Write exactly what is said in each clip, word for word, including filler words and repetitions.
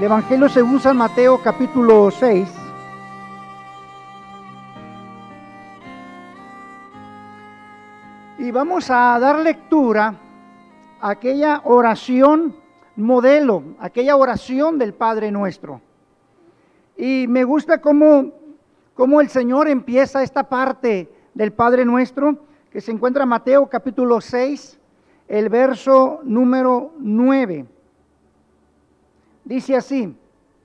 Evangelio según San Mateo, capítulo seis. Y vamos a dar lectura a aquella oración modelo, aquella oración del Padre Nuestro. Y me gusta cómo, cómo el Señor empieza esta parte del Padre Nuestro, que se encuentra en Mateo capítulo seis, el verso número nueve. Dice así: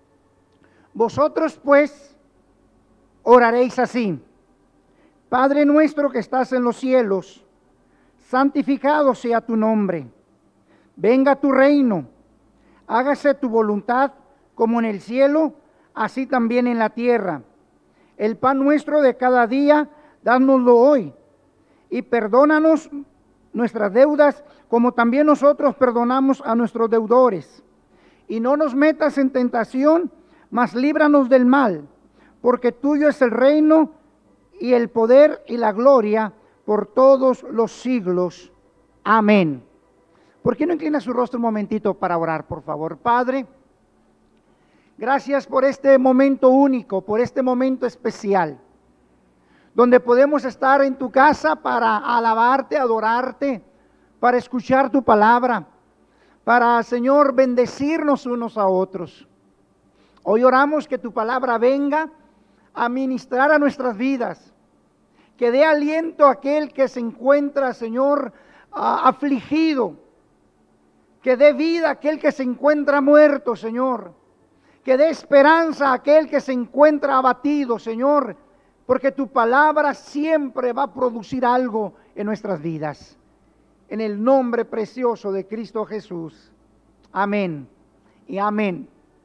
vosotros pues oraréis así: Padre nuestro que estás en los cielos, santificado sea tu nombre. Venga tu reino, hágase tu voluntad como en el cielo, así también en la tierra. El pan nuestro de cada día, dánoslo hoy, y perdónanos nuestras deudas, como también nosotros perdonamos a nuestros deudores. Y no nos metas en tentación, mas líbranos del mal, porque tuyo es el reino y el poder y la gloria por todos los siglos. Amén. ¿Por qué no inclina su rostro un momentito para orar, por favor? Padre, gracias por este momento único, por este momento especial, donde podemos estar en tu casa para alabarte, adorarte, para escuchar tu palabra, para, Señor, bendecirnos unos a otros. Hoy oramos que tu palabra venga a ministrar a nuestras vidas, que dé aliento a aquel que se encuentra, Señor, uh, afligido, que dé vida a aquel que se encuentra muerto, Señor, que dé esperanza a aquel que se encuentra abatido, Señor, porque tu palabra siempre va a producir algo en nuestras vidas. En el nombre precioso de Cristo Jesús. Amén y amén.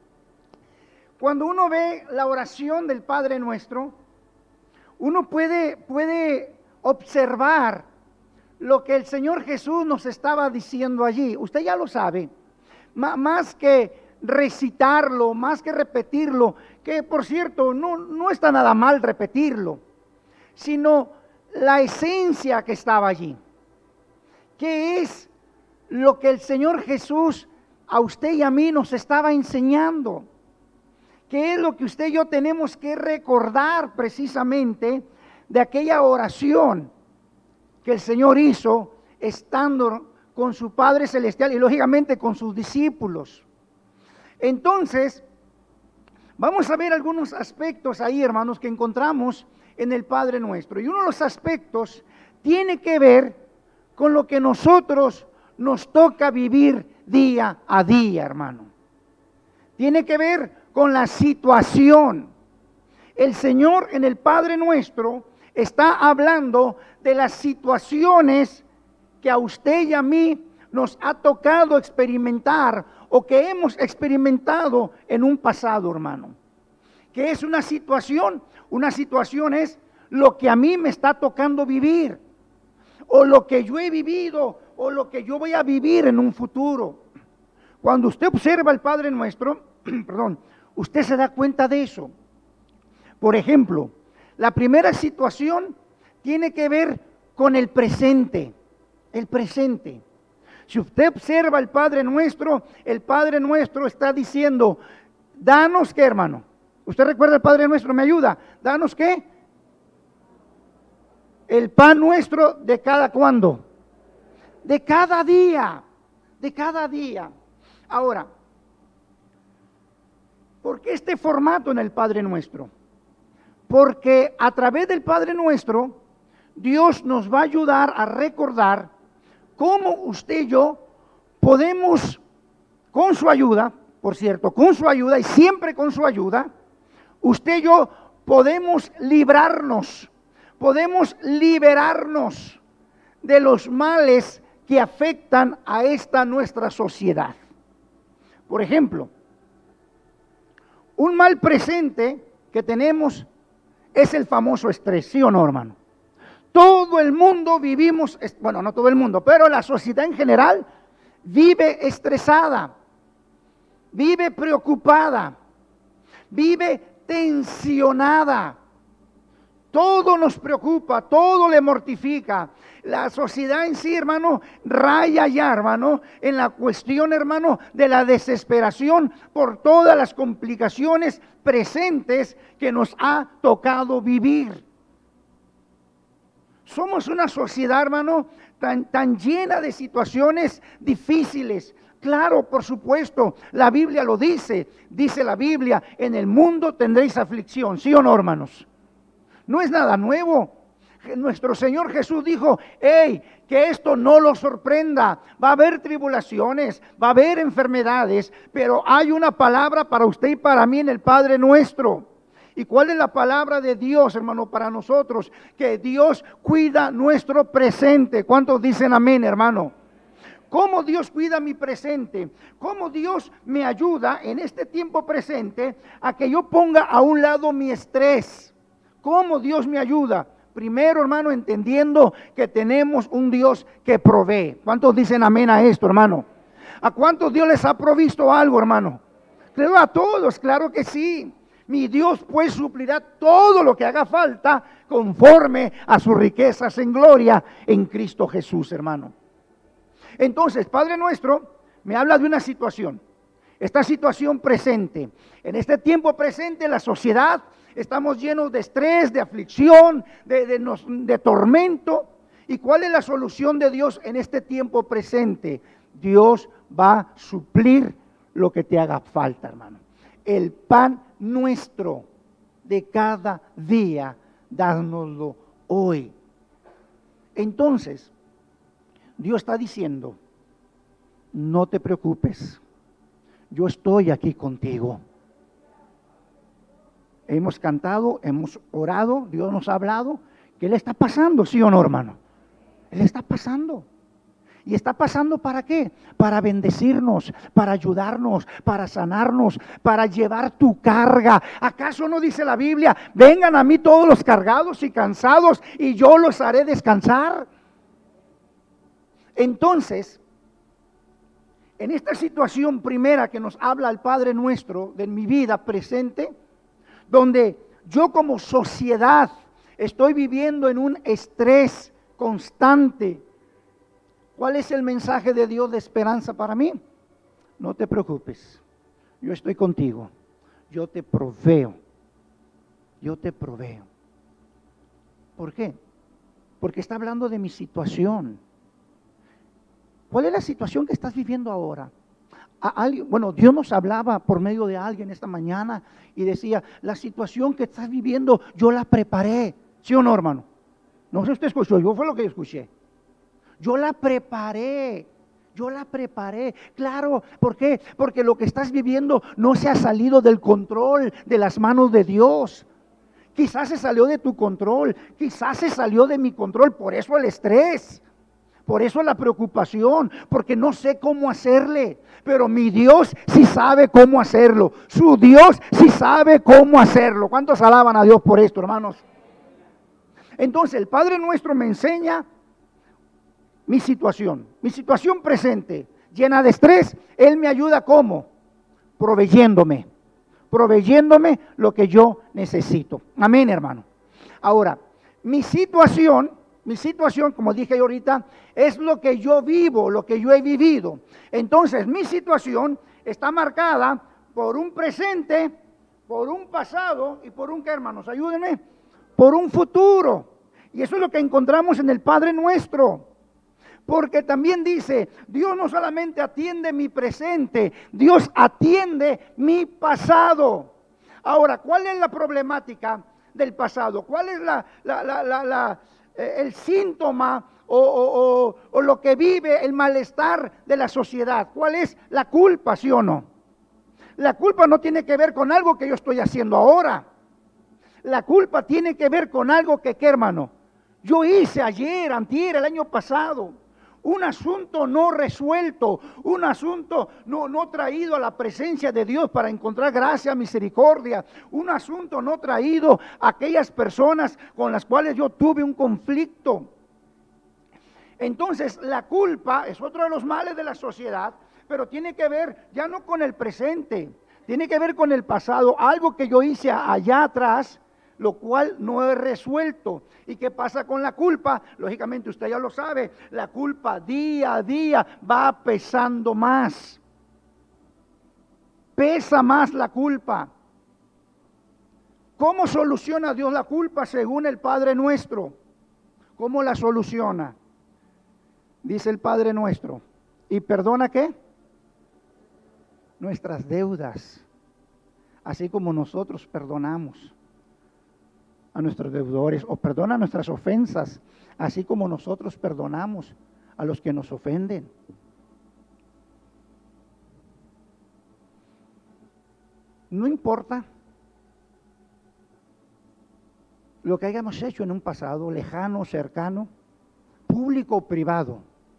Cuando uno ve la oración del Padre Nuestro, uno puede, puede observar lo que el Señor Jesús nos estaba diciendo allí. Usted ya lo sabe. M- más que recitarlo, más que repetirlo, que por cierto no, no está nada mal repetirlo, sino la esencia que estaba allí. ¿Qué es lo que el Señor Jesús a usted y a mí nos estaba enseñando? ¿Qué es lo que usted y yo tenemos que recordar precisamente de aquella oración que el Señor hizo estando con su Padre Celestial y lógicamente con sus discípulos? Entonces, vamos a ver algunos aspectos ahí, hermanos, que encontramos en el Padre Nuestro. Y uno de los aspectos tiene que ver con lo que nosotros nos toca vivir día a día, hermano. Tiene que ver con la situación. El Señor en el Padre Nuestro está hablando de las situaciones que a usted y a mí nos ha tocado experimentar o que hemos experimentado en un pasado, hermano. ¿Qué es una situación? Una situación es lo que a mí me está tocando vivir, o lo que yo he vivido, o lo que yo voy a vivir en un futuro. Cuando usted observa al Padre Nuestro, perdón, usted se da cuenta de eso. Por ejemplo, la primera situación tiene que ver con el presente, el presente. Si usted observa al Padre Nuestro, el Padre Nuestro está diciendo: danos qué, hermano. ¿Usted recuerda el Padre Nuestro? ¿Me ayuda? ¿Danos qué? El pan nuestro de cada cuándo, de cada día, de cada día. Ahora, ¿por qué este formato en el Padre Nuestro? Porque a través del Padre Nuestro, Dios nos va a ayudar a recordar cómo usted y yo podemos, con su ayuda, por cierto, con su ayuda y siempre con su ayuda, usted y yo podemos librarnos, podemos liberarnos de los males que afectan a esta nuestra sociedad. Por ejemplo, un mal presente que tenemos es el famoso estrés, ¿sí o no, hermano? Todo el mundo vivimos, bueno, no todo el mundo, pero la sociedad en general vive estresada, vive preocupada, vive tensionada. Todo nos preocupa, todo le mortifica. la sociedad en sí, hermano, raya ya, hermano, en la cuestión, hermano, de la desesperación por todas las complicaciones presentes que nos ha tocado vivir. Somos una sociedad, hermano, tan, tan llena de situaciones difíciles. Claro, por supuesto, la Biblia lo dice. Dice la Biblia, en el mundo tendréis aflicción, ¿sí o no, hermanos? No es nada nuevo. Nuestro Señor Jesús dijo, hey, que esto no lo sorprenda. Va a haber tribulaciones, va a haber enfermedades, pero hay una palabra para usted y para mí en el Padre Nuestro. ¿Y cuál es la palabra de Dios, hermano, para nosotros? Que Dios cuida nuestro presente. ¿Cuántos dicen amén, hermano? ¿Cómo Dios cuida mi presente? ¿Cómo Dios me ayuda en este tiempo presente a que yo ponga a un lado mi estrés? ¿Cómo Dios me ayuda? Primero, hermano, entendiendo que tenemos un Dios que provee. ¿Cuántos dicen amén a esto, hermano? ¿A cuántos Dios les ha provisto algo, hermano? Creo a todos, claro que sí. Mi Dios pues suplirá todo lo que haga falta conforme a sus riquezas en gloria en Cristo Jesús, hermano. Entonces, Padre Nuestro me habla de una situación. Esta situación presente. En este tiempo presente, la sociedad, estamos llenos de estrés, de aflicción, de, de, nos, de tormento. ¿Y cuál es la solución de Dios en este tiempo presente? Dios va a suplir lo que te haga falta, hermano. El pan nuestro de cada día, dánoslo hoy. Entonces, Dios está diciendo, no te preocupes, yo estoy aquí contigo. Hemos cantado, hemos orado, Dios nos ha hablado, que Él está pasando, ¿sí o no, hermano? Él está pasando. ¿Y está pasando para qué? Para bendecirnos, para ayudarnos, para sanarnos, para llevar tu carga. ¿Acaso no dice la Biblia, vengan a mí todos los cargados y cansados y yo los haré descansar? Entonces, en esta situación primera que nos habla el Padre Nuestro de mi vida presente, donde yo como sociedad estoy viviendo en un estrés constante, ¿cuál es el mensaje de Dios de esperanza para mí? No te preocupes, yo estoy contigo, yo te proveo, yo te proveo. ¿Por qué? Porque está hablando de mi situación. ¿Cuál es la situación que estás viviendo ahora? A alguien, bueno, Dios nos hablaba por medio de alguien esta mañana y decía, la situación que estás viviendo, yo la preparé. ¿Sí o no, hermano? No sé si usted escuchó, yo fue lo que yo escuché. Yo la preparé, yo la preparé. Claro, ¿por qué? Porque lo que estás viviendo no se ha salido del control de las manos de Dios. Quizás se salió de tu control, quizás se salió de mi control, por eso el estrés. Por eso la preocupación, porque no sé cómo hacerle, pero mi Dios sí sabe cómo hacerlo. Su Dios sí sabe cómo hacerlo. ¿Cuántos alaban a Dios por esto, hermanos? Entonces, el Padre Nuestro me enseña mi situación, mi situación presente, llena de estrés. Él me ayuda ¿cómo? Proveyéndome, proveyéndome lo que yo necesito. Amén, hermano. Ahora, mi situación... Mi situación, como dije ahorita, es lo que yo vivo, lo que yo he vivido. Entonces, mi situación está marcada por un presente, por un pasado y por un, ¿qué, hermanos? Ayúdenme, por un futuro. Y eso es lo que encontramos en el Padre Nuestro. Porque también dice, Dios no solamente atiende mi presente, Dios atiende mi pasado. Ahora, ¿cuál es la problemática del pasado? ¿Cuál es la... la, la, la, la el síntoma o, o, o, o lo que vive el malestar de la sociedad? ¿Cuál es la culpa, sí o no? La culpa no tiene que ver con algo que yo estoy haciendo ahora. La culpa tiene que ver con algo que, ¿qué, hermano? Yo hice ayer, antier, el año pasado. Un asunto no resuelto, un asunto no, no traído a la presencia de Dios para encontrar gracia, misericordia, un asunto no traído a aquellas personas con las cuales yo tuve un conflicto. Entonces, la culpa es otro de los males de la sociedad, pero tiene que ver ya no con el presente, tiene que ver con el pasado, algo que yo hice allá atrás, lo cual no he resuelto. ¿Y qué pasa con la culpa? Lógicamente usted ya lo sabe, la culpa día a día va pesando más. Pesa más la culpa. ¿Cómo soluciona Dios la culpa según el Padre Nuestro? ¿Cómo la soluciona? Dice el Padre Nuestro. ¿Y perdona qué? Nuestras deudas, así como nosotros perdonamos a nuestros deudores, o perdona nuestras ofensas, así como nosotros perdonamos a los que nos ofenden. No importa lo que hayamos hecho en un pasado lejano, cercano, público o privado.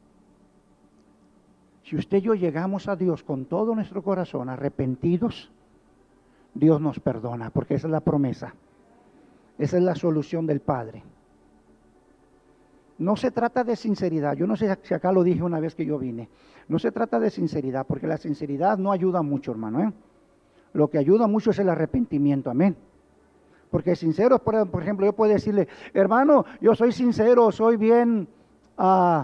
Si usted y yo llegamos a Dios con todo nuestro corazón arrepentidos, Dios nos perdona, porque esa es la promesa. Esa es la solución del Padre. No se trata de sinceridad. Yo no sé si acá lo dije una vez que yo vine. No se trata de sinceridad, porque la sinceridad no ayuda mucho, hermano, ¿eh? Lo que ayuda mucho es el arrepentimiento, amén. Porque sinceros, por, por ejemplo, yo puedo decirle, hermano, yo soy sincero, soy bien... Uh,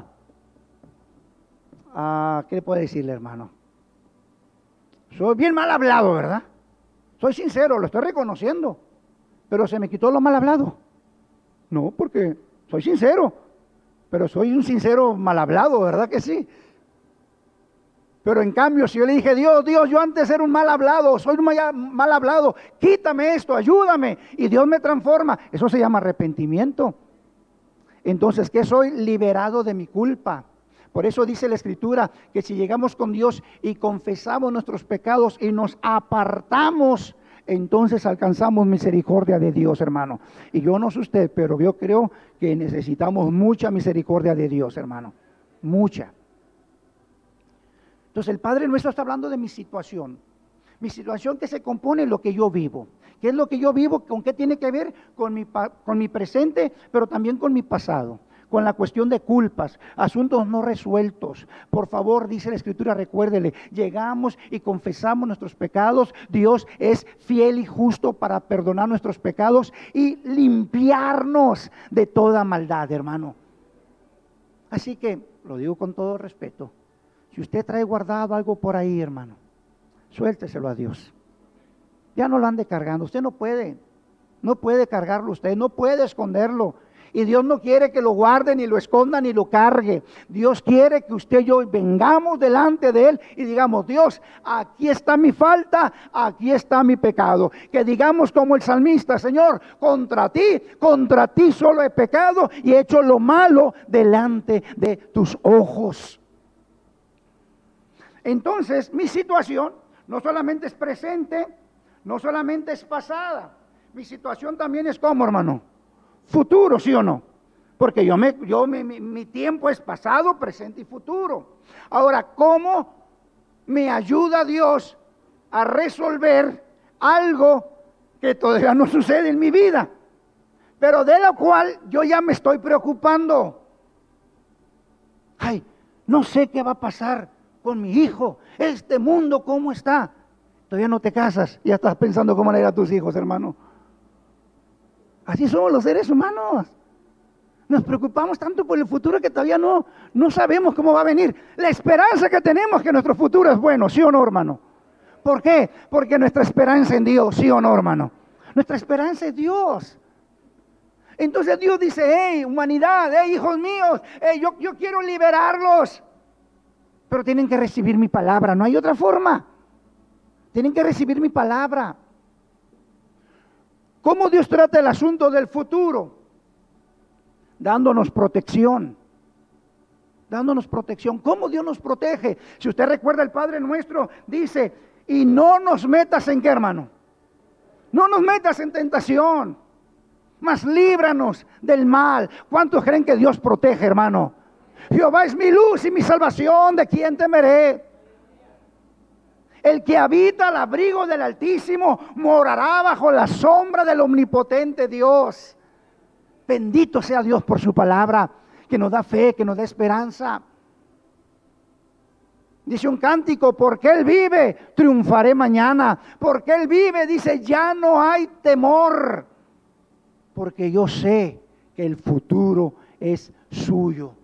uh, ¿Qué le puedo decirle, hermano? Soy bien mal hablado, ¿verdad? Soy sincero, lo estoy reconociendo. Pero se me quitó lo mal hablado. No, porque soy sincero, pero soy un sincero mal hablado, ¿verdad que sí? Pero en cambio, si yo le dije, Dios, Dios, yo antes era un mal hablado, soy un mal hablado, quítame esto, ayúdame, y Dios me transforma, eso se llama arrepentimiento. Entonces, ¿qué soy? Liberado de mi culpa. Por eso dice la Escritura que si llegamos con Dios y confesamos nuestros pecados y nos apartamos, entonces alcanzamos misericordia de Dios, hermano. Y yo no sé usted, pero yo creo que necesitamos mucha misericordia de Dios, hermano. Mucha. Entonces el Padre Nuestro está hablando de mi situación. Mi situación que se compone de lo que yo vivo. ¿Qué es lo que yo vivo? ¿Con qué tiene que ver? Con mi, con mi presente, pero también con mi pasado. Con la cuestión de culpas, asuntos no resueltos. Por favor, dice la Escritura, recuérdele, llegamos y confesamos nuestros pecados. Dios es fiel y justo para perdonar nuestros pecados y limpiarnos de toda maldad, hermano. Así que, lo digo con todo respeto, si usted trae guardado algo por ahí, hermano, suélteselo a Dios. Ya no lo ande cargando, usted no puede, no puede cargarlo usted, no puede esconderlo. Y Dios no quiere que lo guarde, ni lo esconda, ni lo cargue. Dios quiere que usted y yo vengamos delante de Él y digamos, Dios, aquí está mi falta, aquí está mi pecado. Que digamos como el salmista, Señor, contra ti, contra ti solo he pecado y he hecho lo malo delante de tus ojos. Entonces, mi situación no solamente es presente, no solamente es pasada. Mi situación también es como, hermano, futuro, ¿sí o no? Porque yo me, yo me, mi, mi tiempo es pasado, presente y futuro. Ahora, ¿cómo me ayuda Dios a resolver algo que todavía no sucede en mi vida, pero de lo cual yo ya me estoy preocupando? Ay, no sé qué va a pasar con mi hijo, este mundo, ¿cómo está? Todavía no te casas, ya estás pensando cómo le irá a tus hijos, hermano. Así somos los seres humanos. Nos preocupamos tanto por el futuro que todavía no, no sabemos cómo va a venir. La esperanza que tenemos es que nuestro futuro es bueno, ¿sí o no, hermano? ¿Por qué? Porque nuestra esperanza en Dios, ¿sí o no, hermano? Nuestra esperanza es Dios. Entonces Dios dice, hey, humanidad, hey, hijos míos, hey, yo, yo quiero liberarlos. Pero tienen que recibir mi palabra, no hay otra forma. Tienen que recibir mi palabra. ¿Cómo Dios trata el asunto del futuro? Dándonos protección. Dándonos protección. ¿Cómo Dios nos protege? Si usted recuerda, el Padre Nuestro dice, y no nos metas en qué, hermano. No nos metas en tentación, mas líbranos del mal. ¿Cuántos creen que Dios protege, hermano? Jehová es mi luz y mi salvación, ¿de quién temeré? El que habita al abrigo del Altísimo morará bajo la sombra del omnipotente Dios. Bendito sea Dios por su palabra, que nos da fe, que nos da esperanza. Dice un cántico, porque Él vive, triunfaré mañana. Porque Él vive, dice, ya no hay temor. porque yo sé que el futuro es suyo.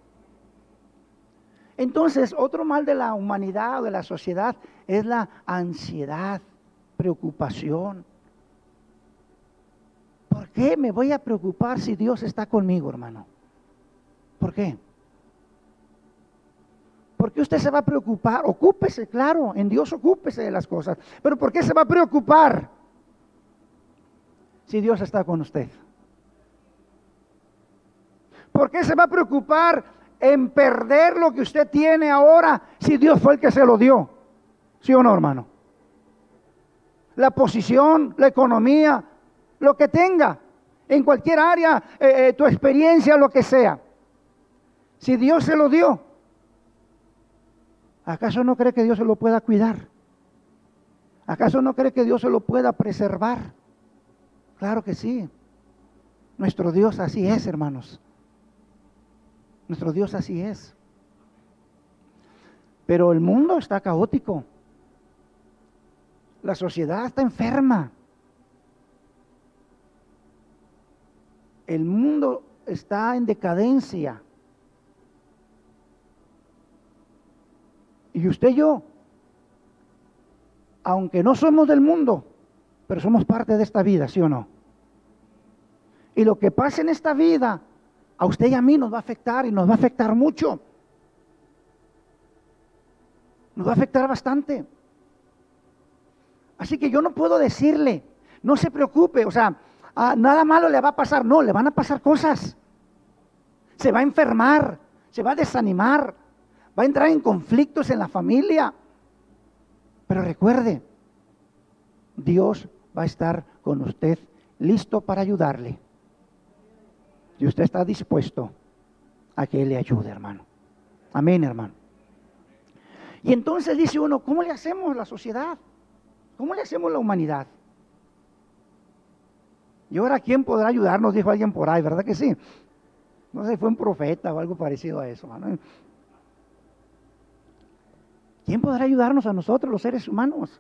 Entonces, otro mal de la humanidad o de la sociedad es la ansiedad, preocupación. ¿Por qué me voy a preocupar si Dios está conmigo, hermano? ¿Por qué? ¿Por qué usted se va a preocupar? Ocúpese, claro, en Dios ocúpese de las cosas. Pero ¿por qué se va a preocupar si Dios está con usted? ¿Por qué se va a preocupar en perder lo que usted tiene ahora si Dios fue el que se lo dio? ¿Sí o no, hermano? La posición, la economía, lo que tenga, en cualquier área, eh, eh, tu experiencia, lo que sea. Si Dios se lo dio, ¿acaso no cree que Dios se lo pueda cuidar? ¿Acaso no cree que Dios se lo pueda preservar? Claro que sí. Nuestro Dios así es, hermanos. Nuestro Dios así es. Pero el mundo está caótico. La sociedad está enferma. El mundo está en decadencia. Y usted y yo, aunque no somos del mundo, pero somos parte de esta vida, ¿sí o no? Y lo que pasa en esta vida, a usted y a mí nos va a afectar, y nos va a afectar mucho. Nos va a afectar bastante. Así que yo no puedo decirle, no se preocupe, o sea, ah, nada malo le va a pasar. No, le van a pasar cosas. Se va a enfermar, se va a desanimar, va a entrar en conflictos en la familia. Pero recuerde, Dios va a estar con usted, listo para ayudarle. Y usted está dispuesto a que Él le ayude, hermano. Amén, hermano. Y entonces dice uno, ¿cómo le hacemos la sociedad? ¿Cómo le hacemos la humanidad? Y ahora, ¿quién podrá ayudarnos? Dijo alguien por ahí, ¿verdad que sí? No sé, fue un profeta o algo parecido a eso, hermano. ¿Quién podrá ayudarnos a nosotros, los seres humanos?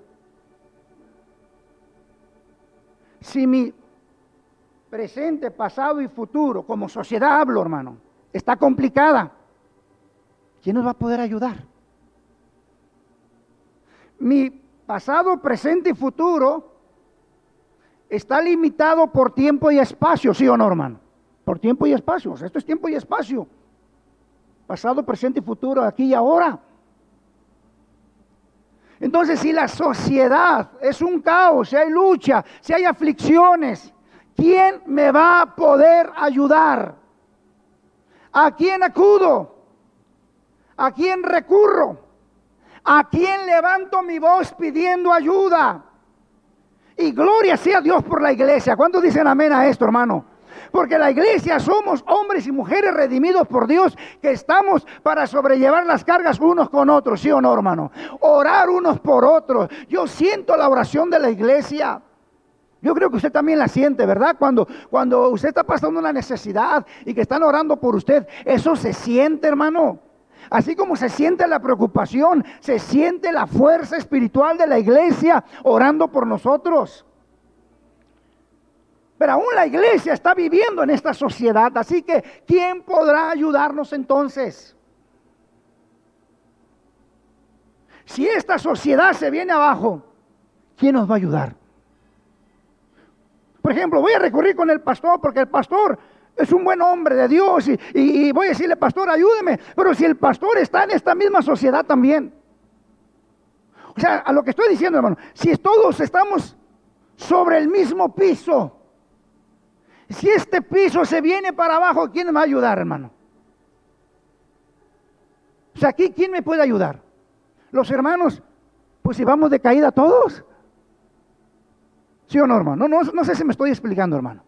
Si mi presente, pasado y futuro, como sociedad hablo, hermano, está complicada, ¿quién nos va a poder ayudar? Mi pasado, presente y futuro está limitado por tiempo y espacio, ¿sí o no, hermano? Por tiempo y espacio, o sea, esto es tiempo y espacio. Pasado, presente y futuro, aquí y ahora. Entonces, si la sociedad es un caos, si hay lucha, si hay aflicciones, ¿quién me va a poder ayudar? ¿A quién acudo? ¿A quién recurro? ¿A quién levanto mi voz pidiendo ayuda? Y gloria sea a Dios por la iglesia. ¿Cuántos dicen amén a esto, hermano? Porque la iglesia somos hombres y mujeres redimidos por Dios, que estamos para sobrellevar las cargas unos con otros, ¿sí o no, hermano? Orar unos por otros. Yo siento la oración de la iglesia. Yo creo que usted también la siente, ¿verdad? Cuando, cuando usted está pasando una necesidad y que están orando por usted, eso se siente, hermano. Así como se siente la preocupación, se siente la fuerza espiritual de la iglesia orando por nosotros. Pero aún la iglesia está viviendo en esta sociedad, así que ¿quién podrá ayudarnos entonces? Si esta sociedad se viene abajo, ¿quién nos va a ayudar? Por ejemplo, voy a recurrir con el pastor, porque el pastor es un buen hombre de Dios y, y, y voy a decirle, pastor, ayúdeme. Pero si el pastor está en esta misma sociedad también. O sea, a lo que estoy diciendo, hermano, si todos estamos sobre el mismo piso, si este piso se viene para abajo, ¿quién me va a ayudar, hermano? O sea, aquí, ¿quién me puede ayudar? Los hermanos, pues si vamos de caída todos. ¿Sí o no, hermano? No, no, no sé si me estoy explicando, hermano.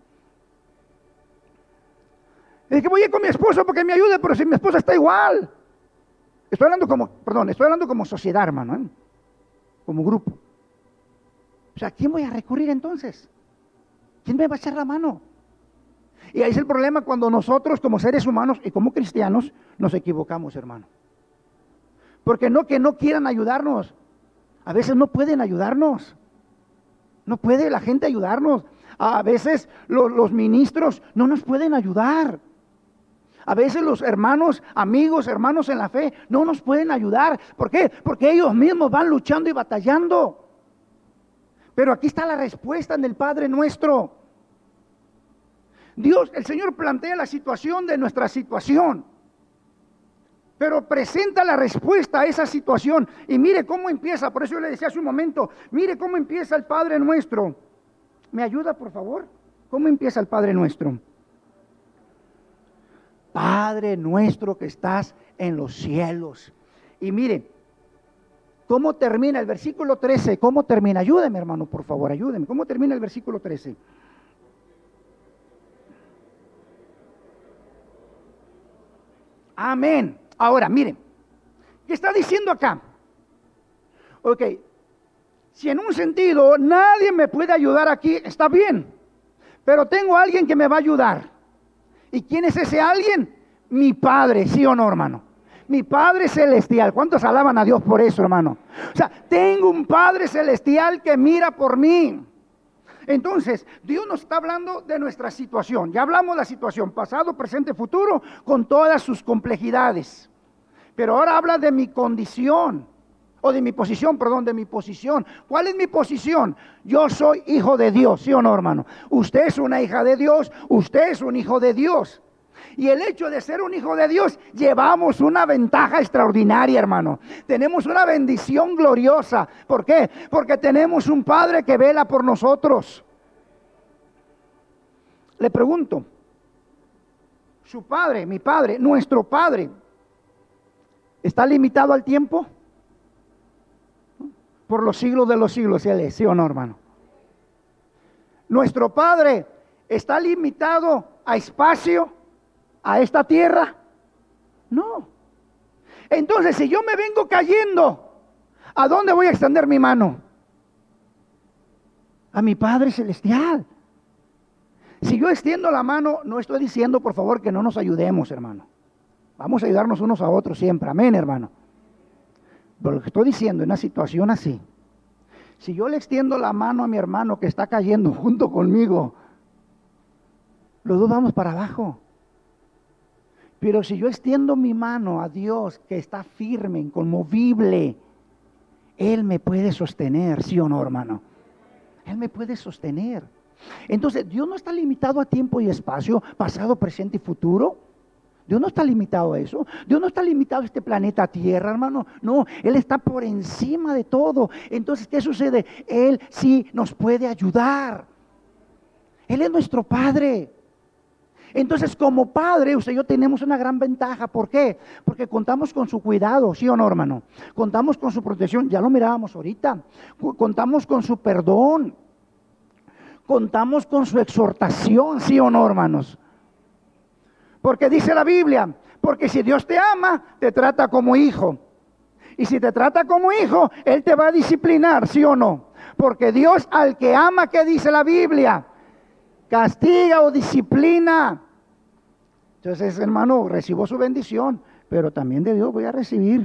Es que voy a ir con mi esposo porque me ayude, pero si mi esposa está igual. Estoy hablando como, perdón, estoy hablando como sociedad, hermano, ¿eh? Como grupo. O sea, ¿a quién voy a recurrir entonces? ¿Quién me va a echar la mano? Y ahí es el problema cuando nosotros como seres humanos y como cristianos nos equivocamos, hermano. Porque no que no quieran ayudarnos, a veces no pueden ayudarnos. No puede la gente ayudarnos. A veces los, los ministros no nos pueden ayudar. A veces los hermanos, amigos, hermanos en la fe, no nos pueden ayudar. ¿Por qué? Porque ellos mismos van luchando y batallando. Pero aquí está la respuesta en el Padre Nuestro. Dios, el Señor plantea la situación de nuestra situación, pero presenta la respuesta a esa situación. Y mire cómo empieza. Por eso yo le decía hace un momento, mire cómo empieza el Padre Nuestro. ¿Me ayuda, por favor? ¿Cómo empieza el Padre Nuestro? Padre nuestro que estás en los cielos. Y mire, ¿cómo termina el versículo trece? ¿Cómo termina? Ayúdeme, hermano, por favor, ayúdeme. ¿Cómo termina el versículo trece? Amén. Ahora, miren, ¿qué está diciendo acá? Ok, si en un sentido nadie me puede ayudar aquí, está bien, pero tengo a alguien que me va a ayudar. ¿Y quién es ese alguien? Mi Padre, ¿sí o no, hermano? Mi Padre Celestial. ¿Cuántos alaban a Dios por eso, hermano? O sea, tengo un Padre Celestial que mira por mí. Entonces, Dios nos está hablando de nuestra situación. Ya hablamos de la situación, pasado, presente, futuro, con todas sus complejidades. Pero ahora habla de mi condición, o de mi posición, perdón, de mi posición. ¿Cuál es mi posición? Yo soy hijo de Dios, ¿sí o no, hermano? Usted es una hija de Dios, usted es un hijo de Dios. Y el hecho de ser un hijo de Dios, llevamos una ventaja extraordinaria, hermano. Tenemos una bendición gloriosa. ¿Por qué? Porque tenemos un Padre que vela por nosotros. Le pregunto, su Padre, mi Padre, nuestro Padre, ¿está limitado al tiempo? Por los siglos de los siglos, Él es, ¿sí o no, hermano? Nuestro Padre está limitado a espacio, a esta tierra. No. Entonces, si yo me vengo cayendo, ¿a dónde voy a extender mi mano? A mi Padre Celestial. Si yo extiendo la mano, no estoy diciendo, por favor, que no nos ayudemos, hermano. Vamos a ayudarnos unos a otros siempre, amén, hermano. Pero lo que estoy diciendo, en una situación así, si yo le extiendo la mano a mi hermano que está cayendo junto conmigo, los dos vamos para abajo. Pero si yo extiendo mi mano a Dios que está firme, inconmovible, Él me puede sostener, ¿sí o no, hermano? Él me puede sostener. Entonces, Dios no está limitado a tiempo y espacio, pasado, presente y futuro. Dios no está limitado a eso. Dios no está limitado a este planeta Tierra, hermano. No, Él está por encima de todo. Entonces, ¿qué sucede? Él sí nos puede ayudar. Él es nuestro Padre. Entonces, como Padre, usted y yo tenemos una gran ventaja. ¿Por qué? Porque contamos con su cuidado, ¿sí o no, hermano? Contamos con su protección, ya lo mirábamos ahorita. Contamos con su perdón. Contamos con su exhortación, ¿sí o no, hermanos? Porque dice la Biblia, porque si Dios te ama, te trata como hijo. Y si te trata como hijo, Él te va a disciplinar, ¿sí o no? Porque Dios al que ama, ¿qué dice la Biblia? Castiga o disciplina. Entonces, hermano, recibo su bendición, pero también de Dios voy a recibir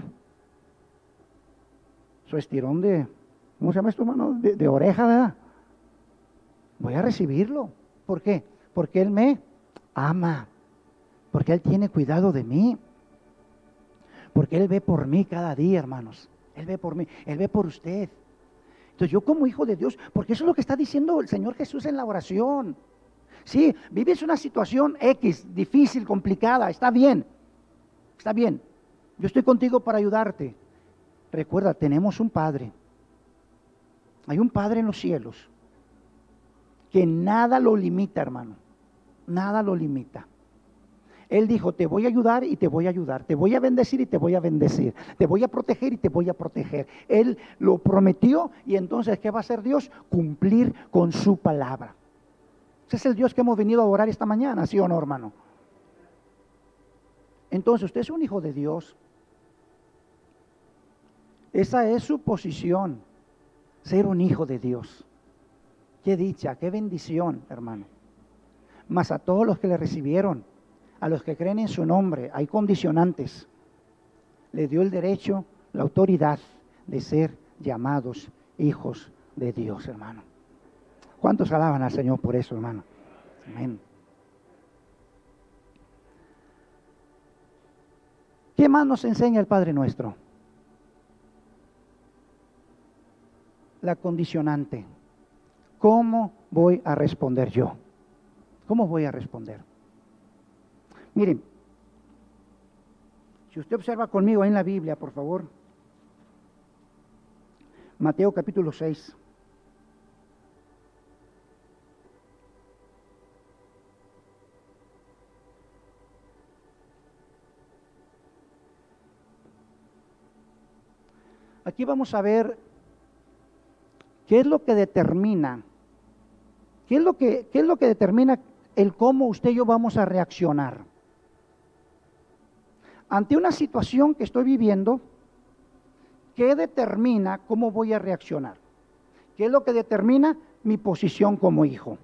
su estirón de, ¿cómo se llama esto, hermano? De, de oreja, ¿verdad? Voy a recibirlo. ¿Por qué? Porque Él me ama. Porque Él tiene cuidado de mí. Porque Él ve por mí cada día, hermanos. Él ve por mí, Él ve por usted. Entonces yo como hijo de Dios, porque eso es lo que está diciendo el Señor Jesús en la oración. Sí, vives una situación X, difícil, complicada, está bien. Está bien. Yo estoy contigo para ayudarte. Recuerda, tenemos un Padre. Hay un Padre en los cielos que nada lo limita, hermano. Nada lo limita. Él dijo, te voy a ayudar y te voy a ayudar, te voy a bendecir y te voy a bendecir, te voy a proteger y te voy a proteger. Él lo prometió y entonces, ¿qué va a hacer Dios? Cumplir con su palabra. Ese es el Dios que hemos venido a adorar esta mañana, ¿sí o no, hermano? Entonces, usted es un hijo de Dios. Esa es su posición, ser un hijo de Dios. Qué dicha, qué bendición, hermano. Mas a todos los que le recibieron, a los que creen en su nombre, hay condicionantes. Le dio el derecho, la autoridad de ser llamados hijos de Dios, hermano. ¿Cuántos alaban al Señor por eso, hermano? Amén. ¿Qué más nos enseña el Padre Nuestro? La condicionante. ¿Cómo voy a responder yo? ¿Cómo voy a responder? Miren, si usted observa conmigo en la Biblia, por favor, Mateo capítulo seis. Aquí vamos a ver qué es lo que determina, qué es lo que, qué es lo que determina el cómo usted y yo vamos a reaccionar ante una situación que estoy viviendo. ¿Qué determina cómo voy a reaccionar? ¿Qué es lo que determina mi posición como hijo?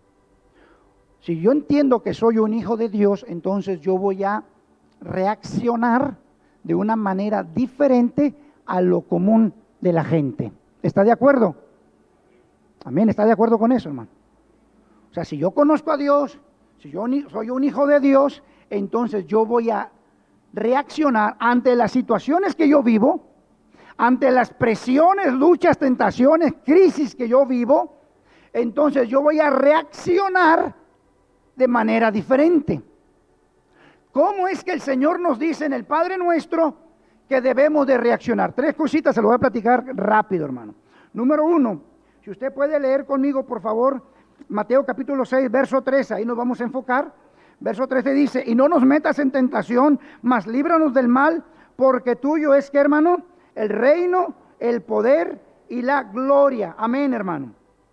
Si yo entiendo que soy un hijo de Dios, entonces yo voy a reaccionar de una manera diferente a lo común de la gente. ¿Está de acuerdo? Amén, ¿está de acuerdo con eso, hermano? O sea, si yo conozco a Dios, si yo soy un hijo de Dios, entonces yo voy a reaccionar ante las situaciones que yo vivo, ante las presiones, luchas, tentaciones, crisis que yo vivo. Entonces yo voy a reaccionar de manera diferente. ¿Cómo es que el Señor nos dice en el Padre Nuestro que debemos de reaccionar? Tres cositas, se lo voy a platicar rápido, hermano. Número uno, si usted puede leer conmigo, por favor, Mateo capítulo seis, verso trece, ahí nos vamos a enfocar. Verso trece dice, y no nos metas en tentación, mas líbranos del mal, porque tuyo es, ¿qué, hermano? El reino, el poder y la gloria. Amén, hermano.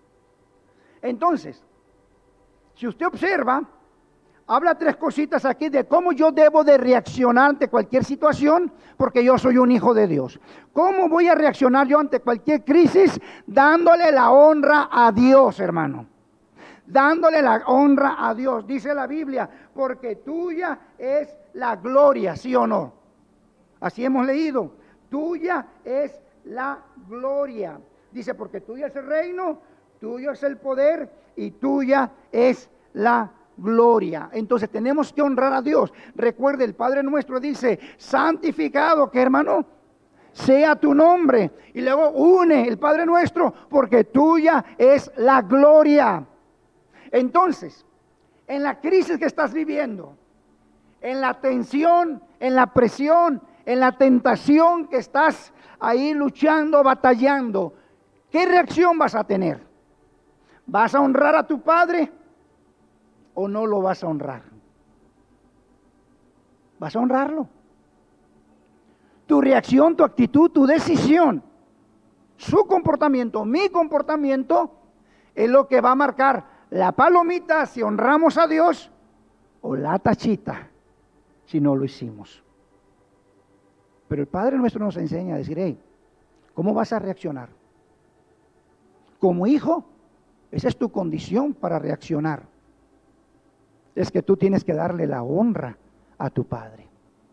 Entonces, si usted observa, habla tres cositas aquí de cómo yo debo de reaccionar ante cualquier situación, porque yo soy un hijo de Dios. ¿Cómo voy a reaccionar yo ante cualquier crisis? Dándole la honra a Dios, hermano. Dándole la honra a Dios. Dice la Biblia, porque tuya es la gloria, ¿sí o no? Así hemos leído. Tuya es la gloria. Dice, porque tuya es el reino, tuyo es el poder y tuya es la gloria. Entonces tenemos que honrar a Dios. Recuerde, el Padre Nuestro dice, santificado, ¿qué, hermano? Sea tu nombre. Y luego une el Padre Nuestro, porque tuya es la gloria. Entonces, en la crisis que estás viviendo, en la tensión, en la presión, en la tentación que estás ahí luchando, batallando, ¿qué reacción vas a tener? ¿Vas a honrar a tu Padre o no lo vas a honrar? ¿Vas a honrarlo? Tu reacción, tu actitud, tu decisión, su comportamiento, mi comportamiento, es lo que va a marcar la palomita si honramos a Dios o la tachita si no lo hicimos. Pero el Padre Nuestro nos enseña a decir, hey, ¿cómo vas a reaccionar? Como hijo, esa es tu condición para reaccionar. Es que tú tienes que darle la honra a tu Padre.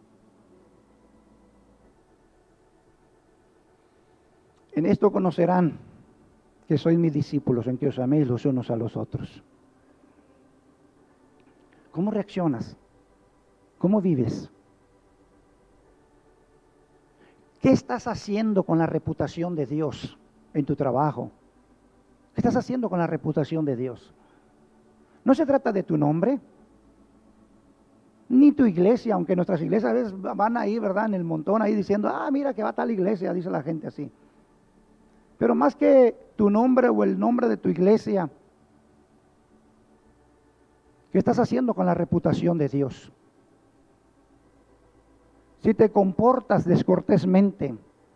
En esto conocerán que sois mis discípulos, en que os améis los unos a los otros. ¿Cómo reaccionas? ¿Cómo vives? ¿Qué estás haciendo con la reputación de Dios en tu trabajo? ¿Qué estás haciendo con la reputación de Dios? No se trata de tu nombre, ni tu iglesia, aunque nuestras iglesias a veces van ahí, ¿verdad? En el montón ahí diciendo, ah, mira que va a tal iglesia, dice la gente así. Pero más que tu nombre o el nombre de tu iglesia, ¿qué estás haciendo con la reputación de Dios? Si te comportas descortésmente,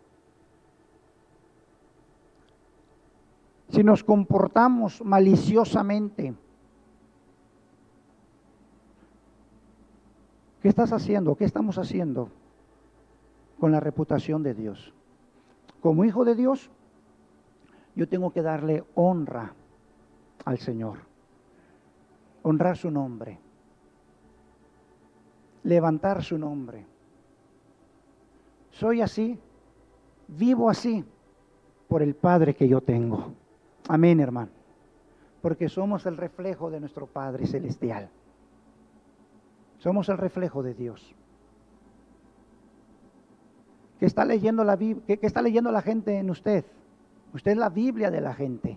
si nos comportamos maliciosamente, ¿qué estás haciendo? ¿Qué estamos haciendo con la reputación de Dios? Como hijo de Dios, yo tengo que darle honra al Señor, honrar su nombre, levantar su nombre. Soy así, vivo así, por el Padre que yo tengo. Amén, hermano. Porque somos el reflejo de nuestro Padre Celestial. Somos el reflejo de Dios. ¿Qué está leyendo la Biblia? ¿Qué, qué está leyendo la gente en usted? Usted es la Biblia de la gente.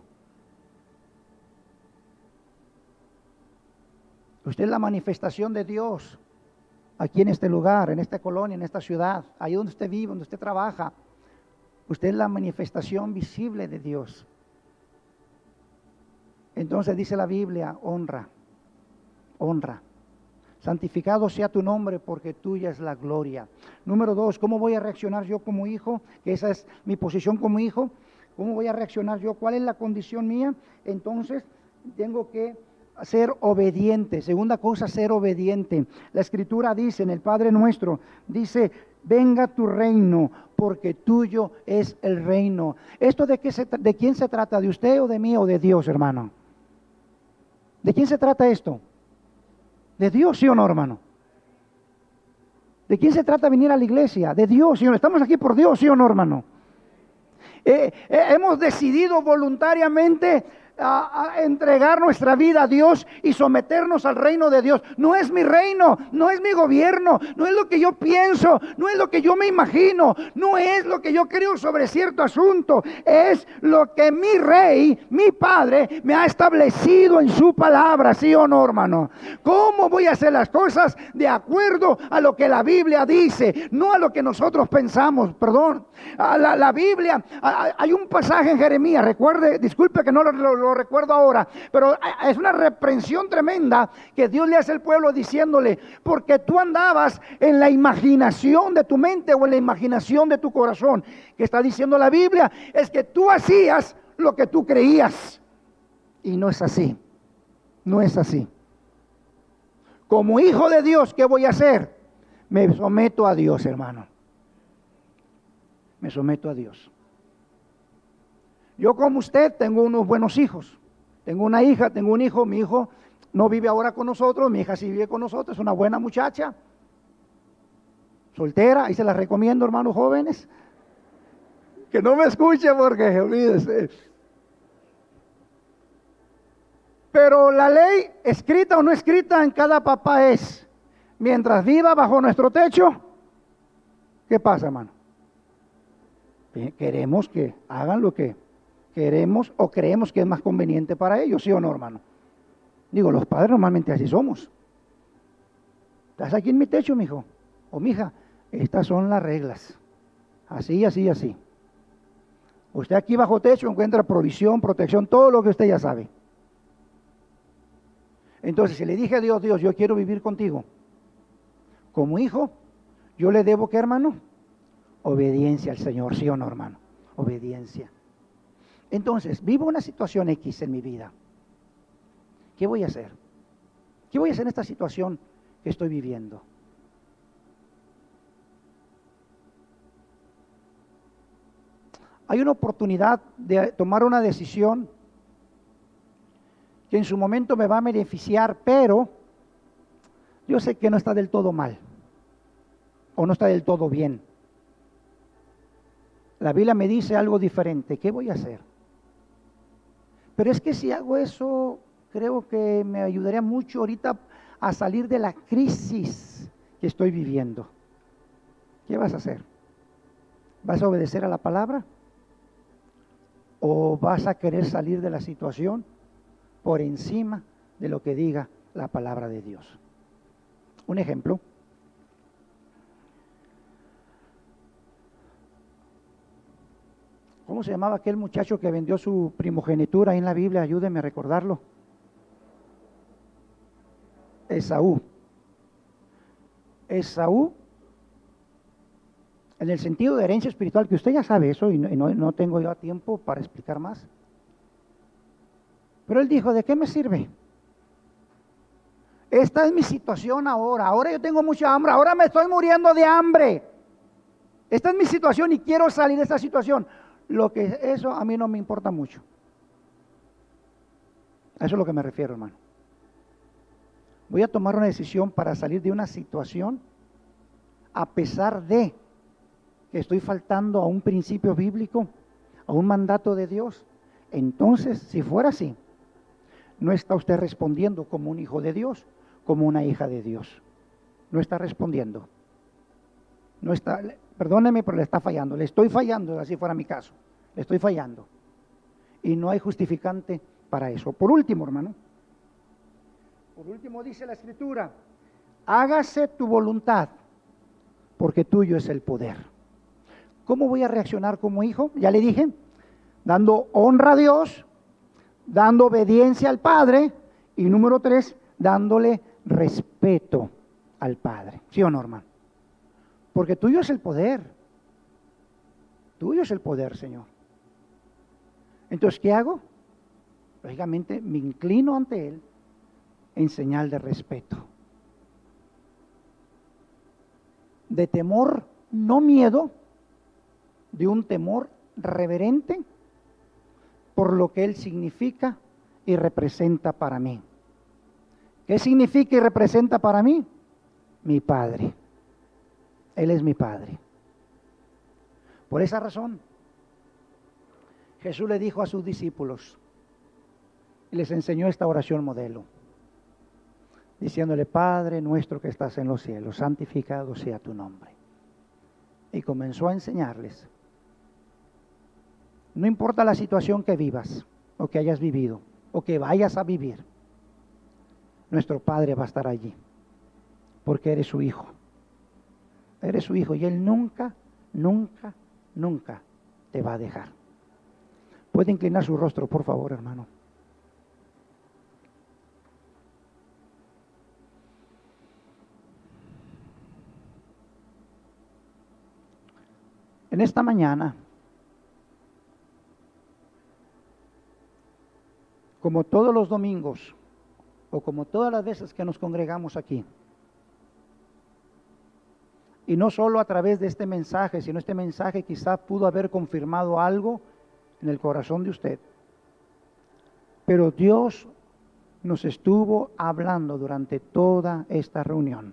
Usted es la manifestación de Dios aquí en este lugar, en esta colonia, en esta ciudad, ahí donde usted vive, donde usted trabaja. Usted es la manifestación visible de Dios. Entonces dice la Biblia, honra, honra. Santificado sea tu nombre porque tuya es la gloria. Número dos, ¿cómo voy a reaccionar yo como hijo? Que esa es mi posición como hijo. ¿Cómo voy a reaccionar yo? ¿Cuál es la condición mía? Entonces tengo que ser obediente. Segunda cosa, ser obediente. La Escritura dice en el Padre Nuestro, dice, venga tu reino, porque tuyo es el reino. ¿Esto de, qué se, de quién se trata? ¿De usted o de mí o de Dios, hermano? ¿De quién se trata esto? ¿De Dios, sí o no, hermano? ¿De quién se trata venir a la iglesia? ¿De Dios, sí o no? Estamos aquí por Dios, sí o no, hermano. Eh, eh, hemos decidido voluntariamente A, a entregar nuestra vida a Dios y someternos al reino de Dios. No es mi reino, no es mi gobierno, no es lo que yo pienso, no es lo que yo me imagino, no es lo que yo creo sobre cierto asunto, es lo que mi rey, mi padre, me ha establecido en su palabra, ¿sí o no, hermano? ¿Cómo voy a hacer las cosas? De acuerdo a lo que la Biblia dice, no a lo que nosotros pensamos, perdón. A la, la Biblia, a, hay un pasaje en Jeremías, recuerde, disculpe que no lo, lo lo recuerdo ahora, pero es una reprensión tremenda que Dios le hace al pueblo diciéndole, porque tú andabas en la imaginación de tu mente o en la imaginación de tu corazón. ¿Qué está diciendo la Biblia? Es que tú hacías lo que tú creías y no es así, no es así. Como hijo de Dios, ¿qué voy a hacer? Me someto a Dios, hermano. Me someto a Dios. Yo como usted tengo unos buenos hijos, tengo una hija, tengo un hijo, mi hijo no vive ahora con nosotros, mi hija sí vive con nosotros, es una buena muchacha, soltera, y se la recomiendo, hermanos jóvenes, que no me escuche porque olvídese. Pero la ley, escrita o no escrita en cada papá es, mientras viva bajo nuestro techo, ¿qué pasa, hermano? Queremos que hagan lo que queremos o creemos que es más conveniente para ellos, ¿sí o no, hermano? Digo, los padres normalmente así somos. ¿Estás aquí en mi techo, mijo? O mija, estas son las reglas. Así, así, así. Usted aquí bajo techo encuentra provisión, protección, todo lo que usted ya sabe. Entonces, si le dije a Dios, Dios, yo quiero vivir contigo, como hijo, yo le debo, ¿qué, hermano? Obediencia al Señor, ¿sí o no, hermano? Obediencia. Entonces, vivo una situación X en mi vida. ¿Qué voy a hacer? ¿Qué voy a hacer en esta situación que estoy viviendo? Hay una oportunidad de tomar una decisión que en su momento me va a beneficiar, pero yo sé que no está del todo mal o no está del todo bien. La Biblia me dice algo diferente. ¿Qué voy a hacer? Pero es que si hago eso, creo que me ayudaría mucho ahorita a salir de la crisis que estoy viviendo. ¿Qué vas a hacer? ¿Vas a obedecer a la palabra? ¿O vas a querer salir de la situación por encima de lo que diga la palabra de Dios? Un ejemplo. ¿Cómo se llamaba aquel muchacho que vendió su primogenitura ahí en la Biblia? Ayúdeme a recordarlo. Esaú. Esaú, en el sentido de herencia espiritual, que usted ya sabe eso y no, y no, no tengo ya tiempo para explicar más. Pero él dijo, ¿de qué me sirve? Esta es mi situación ahora. Ahora yo tengo mucha hambre. Ahora me estoy muriendo de hambre. Esta es mi situación y quiero salir de esta situación. Lo que eso a mí no me importa mucho. A eso es lo que me refiero, hermano. Voy a tomar una decisión para salir de una situación a pesar de que estoy faltando a un principio bíblico, a un mandato de Dios. Entonces, si fuera así, no está usted respondiendo como un hijo de Dios, como una hija de Dios. No está respondiendo. No está, perdóneme, pero le está fallando. Le estoy fallando, así fuera mi caso. Le estoy fallando. Y no hay justificante para eso. Por último, hermano. Por último dice la Escritura, hágase tu voluntad, porque tuyo es el poder. ¿Cómo voy a reaccionar como hijo? Ya le dije, dando honra a Dios, dando obediencia al Padre, y número tres, dándole respeto al Padre. ¿Sí o no, hermano? Porque tuyo es el poder. Tuyo es el poder, Señor. Entonces, ¿qué hago? Lógicamente, me inclino ante Él en señal de respeto. De temor, no miedo, de un temor reverente por lo que Él significa y representa para mí. ¿Qué significa y representa para mí? Mi Padre. Él es mi Padre. Por esa razón, Jesús le dijo a sus discípulos y les enseñó esta oración modelo, diciéndole, Padre nuestro que estás en los cielos, santificado sea tu nombre. Y comenzó a enseñarles. No importa la situación que vivas, o que hayas vivido, o que vayas a vivir, nuestro Padre va a estar allí, porque eres su hijo. Eres su hijo y Él nunca, nunca, nunca te va a dejar. Puede inclinar su rostro, por favor, hermano. En esta mañana, como todos los domingos, o como todas las veces que nos congregamos aquí, y no solo a través de este mensaje, sino este mensaje quizá pudo haber confirmado algo en el corazón de usted. Pero Dios nos estuvo hablando durante toda esta reunión.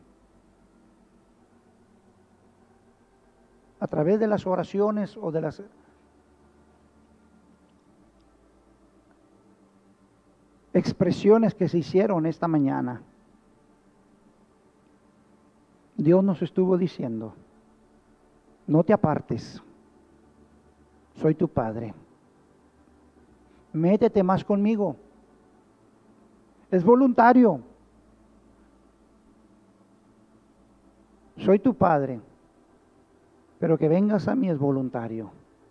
A través de las oraciones o de las expresiones que se hicieron esta mañana, Dios nos estuvo diciendo, no te apartes, soy tu Padre, métete más conmigo, es voluntario, soy tu Padre, pero que vengas a mí es voluntario,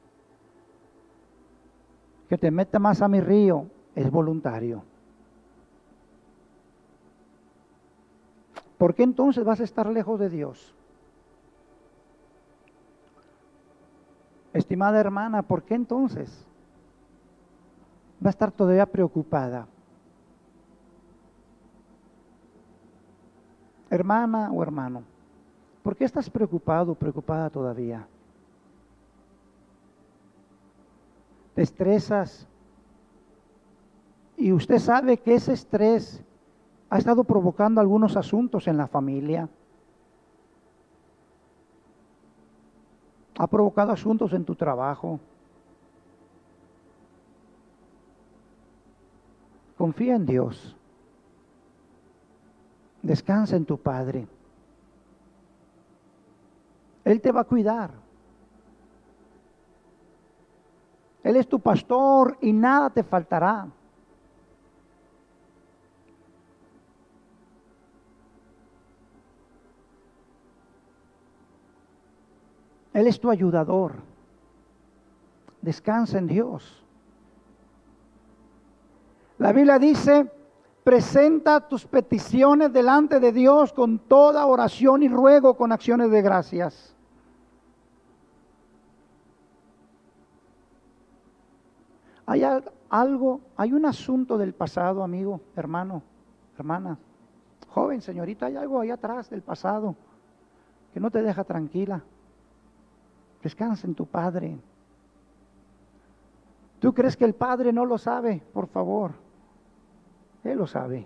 que te meta más a mi río es voluntario. ¿Por qué entonces vas a estar lejos de Dios? Estimada hermana, ¿por qué entonces va a estar todavía preocupada? Hermana o hermano, ¿por qué estás preocupado o preocupada todavía? Te estresas y usted sabe que ese estrés ha estado provocando algunos asuntos en la familia. Ha provocado asuntos en tu trabajo. Confía en Dios. Descansa en tu Padre. Él te va a cuidar. Él es tu pastor y nada te faltará. Él es tu ayudador. Descansa en Dios. La Biblia dice, presenta tus peticiones delante de Dios con toda oración y ruego con acciones de gracias. Hay algo, hay un asunto del pasado, amigo, hermano, hermana, joven, señorita, hay algo ahí atrás del pasado que no te deja tranquila. Descansa en tu Padre. ¿Tú crees que el Padre no lo sabe? Por favor, Él lo sabe.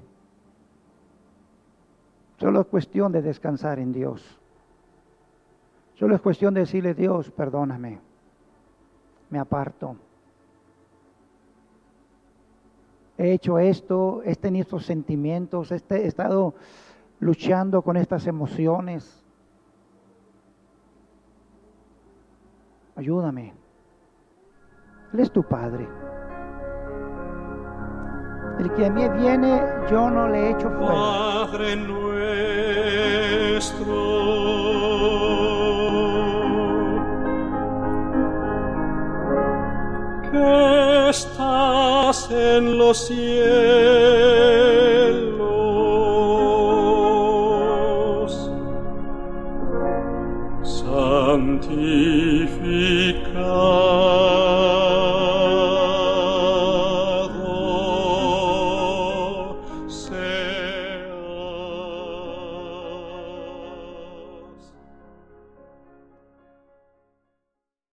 Solo es cuestión de descansar en Dios. Solo es cuestión de decirle, Dios, perdóname, me aparto. he hecho esto, he tenido estos sentimientos, he he estado luchando con estas emociones. Ayúdame. Él es tu Padre. El que a mí viene, yo no le echo fuera. Padre nuestro, que estás en los cielos,